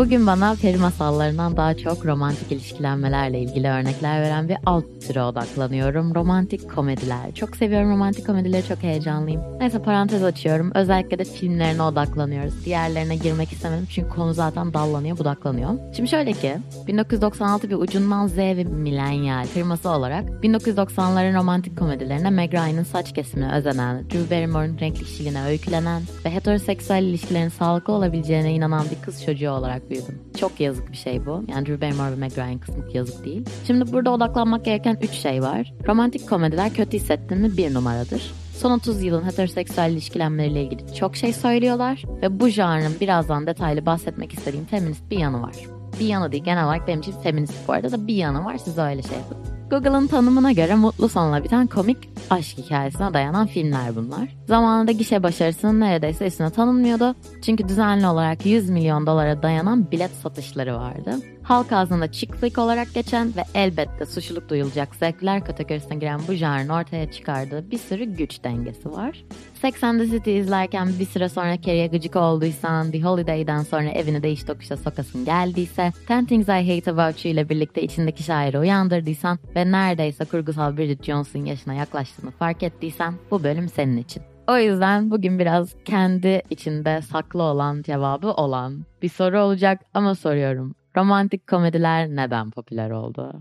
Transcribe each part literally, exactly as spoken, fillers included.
Bugün bana peri masallarından daha çok romantik ilişkilenmelerle ilgili örnekler veren bir alt türe odaklanıyorum. Romantik komediler. Çok seviyorum romantik komedileri, çok heyecanlıyım. Neyse parantez açıyorum. Özellikle de filmlerine odaklanıyoruz. Diğerlerine girmek istemedim çünkü konu zaten dallanıyor, budaklanıyor. Şimdi şöyle ki bin dokuz yüz doksan altı bir ucundan Z ve milenyal firması olarak bin dokuz yüz doksanların romantik komedilerine Meg Ryan'ın saç kesimine özenen, Drew Barrymore'un renkli kişiliğine öykülenen ve heteroseksüel ilişkilerin sağlıklı olabileceğine inanan bir kız çocuğu olarak büyüdüm. Çok yazık bir şey bu. Yani Drew Barrymore ve Meg Ryan kısmı yazık değil. Şimdi burada odaklanmak gereken üç şey var. Romantik komediler kötü hissettin mi bir numaradır. Son otuz yılın heteroseksüel ilişkilenmeleriyle ilgili çok şey söylüyorlar ve bu janrın birazdan detaylı bahsetmek istediğim feminist bir yanı var. Bir yanı değil, genel olarak benim için feminist bu arada da bir yanı var, size öyle şey yapın. Google'ın tanımına göre mutlu sonla biten komik aşk hikayesine dayanan filmler bunlar. Zamanında gişe başarısının neredeyse üstüne tanınmıyordu. Çünkü düzenli olarak yüz milyon dolara dayanan bilet satışları vardı. Halk ağzında chick flick olarak geçen ve elbette suçluluk duyulacak zevkler kategorisine giren bu janrın ortaya çıkardığı bir sürü güç dengesi var. Sex and the City izlerken bir süre sonra Carrie'ye gıcık olduysan, The Holiday'den sonra evini değiş tokuşa sokasın geldiyse, Ten Things I Hate About You ile birlikte içindeki şairi uyandırdıysan ve neredeyse kurgusal Bridget Jones'un yaşına yaklaştığını fark ettiysen bu bölüm senin için. O yüzden bugün biraz kendi içinde saklı olan cevabı olan bir soru olacak ama soruyorum. Romantik komediler neden popüler oldu?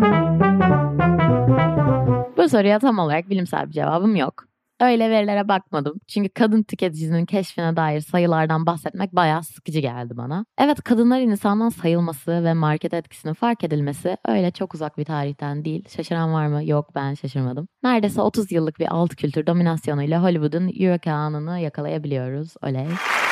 Bu soruya tam olarak bilimsel bir cevabım yok. Öyle verilere bakmadım. Çünkü kadın tüketicinin keşfine dair sayılardan bahsetmek bayağı sıkıcı geldi bana. Evet, kadınların insandan sayılması ve market etkisinin fark edilmesi öyle çok uzak bir tarihten değil. Şaşıran var mı? Yok, ben şaşırmadım. Neredeyse otuz yıllık bir alt kültür dominasyonuyla Hollywood'un Eureka anını yakalayabiliyoruz. Oley.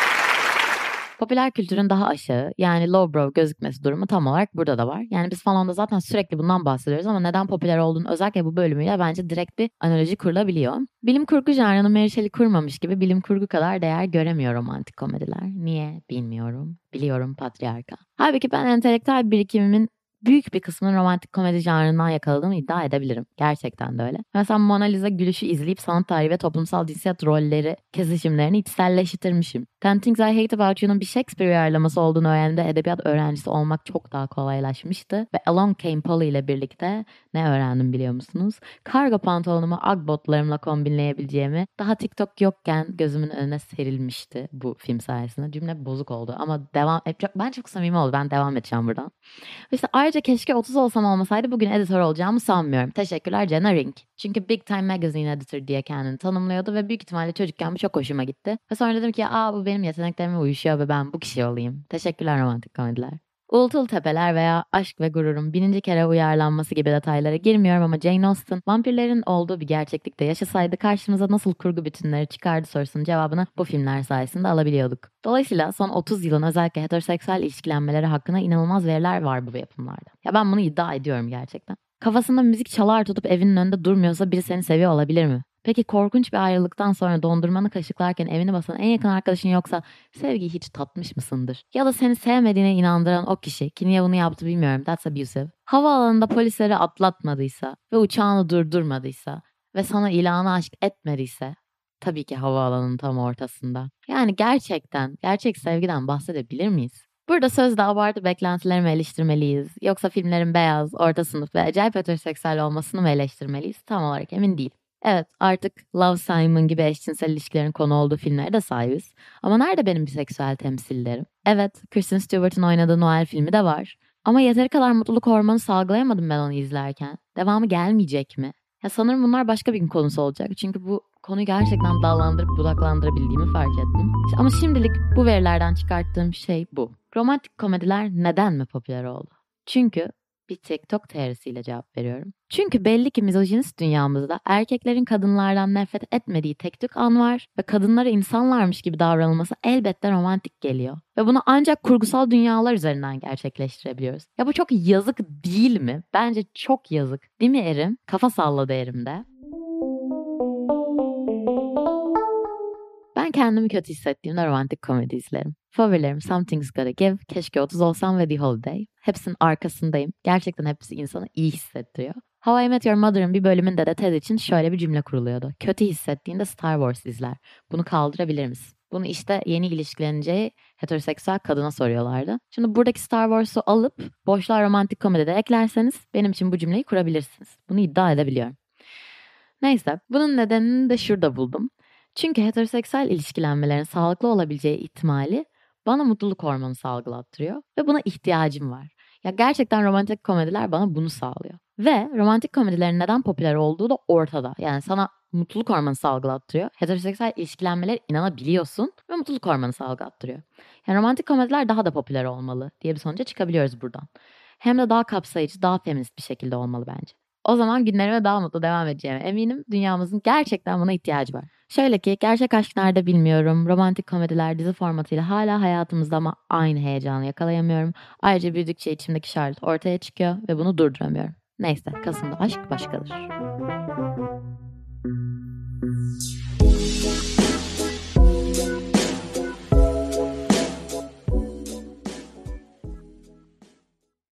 Popüler kültürün daha aşağı, yani lowbrow gözükmesi durumu tam olarak burada da var. Yani biz falonda zaten sürekli bundan bahsediyoruz ama neden popüler olduğunu özellikle bu bölümüyle bence direkt bir analoji kurulabiliyor. Bilim kurgu janrını Mary Shelley kurmamış gibi bilim kurgu kadar değer göremiyor romantik komediler. Niye? Bilmiyorum. Biliyorum, patriarka. Halbuki ben entelektüel birikimimin büyük bir kısmını romantik komedi janrından yakaladığımı iddia edebilirim. Gerçekten de öyle. Mesela Mona Lisa gülüşü izleyip sanat tarihi ve toplumsal cinsiyet rolleri kesişimlerini içselleştirmişim. Ten Things I Hate About You'nun bir Shakespeare uyarlaması olduğunu öğrendiğimde edebiyat öğrencisi olmak çok daha kolaylaşmıştı. Ve Along Came Polly ile birlikte ne öğrendim biliyor musunuz? Kargo pantolonumu Ugg-botlarımla kombinleyebileceğimi daha TikTok yokken gözümün önüne serilmişti bu film sayesinde. Cümle bozuk oldu ama devam ben çok samimi oldu. Ben devam edeceğim buradan. İşte ayrıca keşke otuz olsam olmasaydı bugün editör olacağımı sanmıyorum. Teşekkürler Jenna Ring. Çünkü Big Time Magazine Editor diye kendini tanımlıyordu ve büyük ihtimalle çocukken bu çok hoşuma gitti. Ve sonra dedim ki aa bu benim yeteneklerime uyuşuyor ve ben bu kişi olayım. Teşekkürler romantik komediler. Uğultul Tepeler veya Aşk ve Gurur'un bininci kere uyarlanması gibi detaylara girmiyorum ama Jane Austen vampirlerin olduğu bir gerçeklikte yaşasaydı karşımıza nasıl kurgu bütünleri çıkardı sorusunun cevabını bu filmler sayesinde alabiliyorduk. Dolayısıyla son otuz yılın özellikle heteroseksüel ilişkilenmeleri hakkında inanılmaz veriler var bu yapımlarda. Ya ben bunu iddia ediyorum gerçekten. Kafasında müzik çalar tutup evinin önünde durmuyorsa biri seni seviyor olabilir mi? Peki korkunç bir ayrılıktan sonra dondurmanı kaşıklarken evini basan en yakın arkadaşın yoksa sevgiyi hiç tatmış mısındır? Ya da seni sevmediğine inandıran o kişi, ki niye bunu yaptı bilmiyorum, that's abusive. Havaalanında polisleri atlatmadıysa ve uçağını durdurmadıysa ve sana ilanı aşk etmediyse, tabii ki havaalanının tam ortasında. Yani gerçekten, gerçek sevgiden bahsedebilir miyiz? Burada sözde abartı beklentilerimi eleştirmeliyiz. Yoksa filmlerin beyaz, orta sınıf ve acayip heteroseksüel olmasını mı eleştirmeliyiz? Tam olarak emin değilim. Evet, artık Love Simon gibi eşcinsel ilişkilerin konu olduğu filmlere de sahibiz. Ama nerede benim biseksüel temsillerim? Evet, Kristen Stewart'ın oynadığı Noel filmi de var. Ama yeteri kadar mutluluk hormonu salgılayamadım ben onu izlerken. Devamı gelmeyecek mi? Ya sanırım bunlar başka bir gün konusu olacak. Çünkü bu konuyu gerçekten dallandırıp budaklandırabildiğimi fark ettim. Ama şimdilik bu verilerden çıkarttığım şey bu. Romantik komediler neden mi popüler oldu? Çünkü bir TikTok teorisiyle cevap veriyorum. Çünkü belli ki misojinist dünyamızda erkeklerin kadınlardan nefret etmediği tek tük an var ve kadınlara insanlarmış gibi davranılması elbette romantik geliyor. Ve bunu ancak kurgusal dünyalar üzerinden gerçekleştirebiliyoruz. Ya bu çok yazık değil mi? Bence çok yazık. Değil mi Erim? Kafa salladı Erim de. Ben kendimi kötü hissettiğimde romantik komedi izlerim. Favorilerim Something's Gotta Give, Keşke otuz olsam ve The Holiday. Hepsinin arkasındayım. Gerçekten hepsi insanı iyi hissettiriyor. How I Met Your Mother'ın bir bölümünde de Ted için şöyle bir cümle kuruluyordu. Kötü hissettiğinde Star Wars izler. Bunu kaldırabilir misin? Bunu işte yeni ilişkileneceği heteroseksüel kadına soruyorlardı. Şimdi buradaki Star Wars'u alıp boşluğa romantik komedide eklerseniz benim için bu cümleyi kurabilirsiniz. Bunu iddia edebiliyorum. Neyse, bunun nedenini de şurada buldum. Çünkü heteroseksüel ilişkilenmelerin sağlıklı olabileceği ihtimali bana mutluluk hormonu salgılattırıyor ve buna ihtiyacım var. Ya gerçekten romantik komediler bana bunu sağlıyor. Ve romantik komedilerin neden popüler olduğu da ortada. Yani sana mutluluk hormonu salgılattırıyor. Heteroseksüel ilişkilenmelere inanabiliyorsun ve mutluluk hormonu salgılattırıyor. Yani romantik komediler daha da popüler olmalı diye bir sonuca çıkabiliyoruz buradan. Hem de daha kapsayıcı, daha feminist bir şekilde olmalı bence. O zaman günlerime daha mutlu devam edeceğime eminim. Dünyamızın gerçekten buna ihtiyacı var. Şöyle ki gerçek aşk nerede bilmiyorum. Romantik komediler dizi formatıyla hala hayatımızda ama aynı heyecanı yakalayamıyorum. Ayrıca büyüdükçe içimdeki Charlotte ortaya çıkıyor ve bunu durduramıyorum. Neyse, Kasım'da aşk başkadır.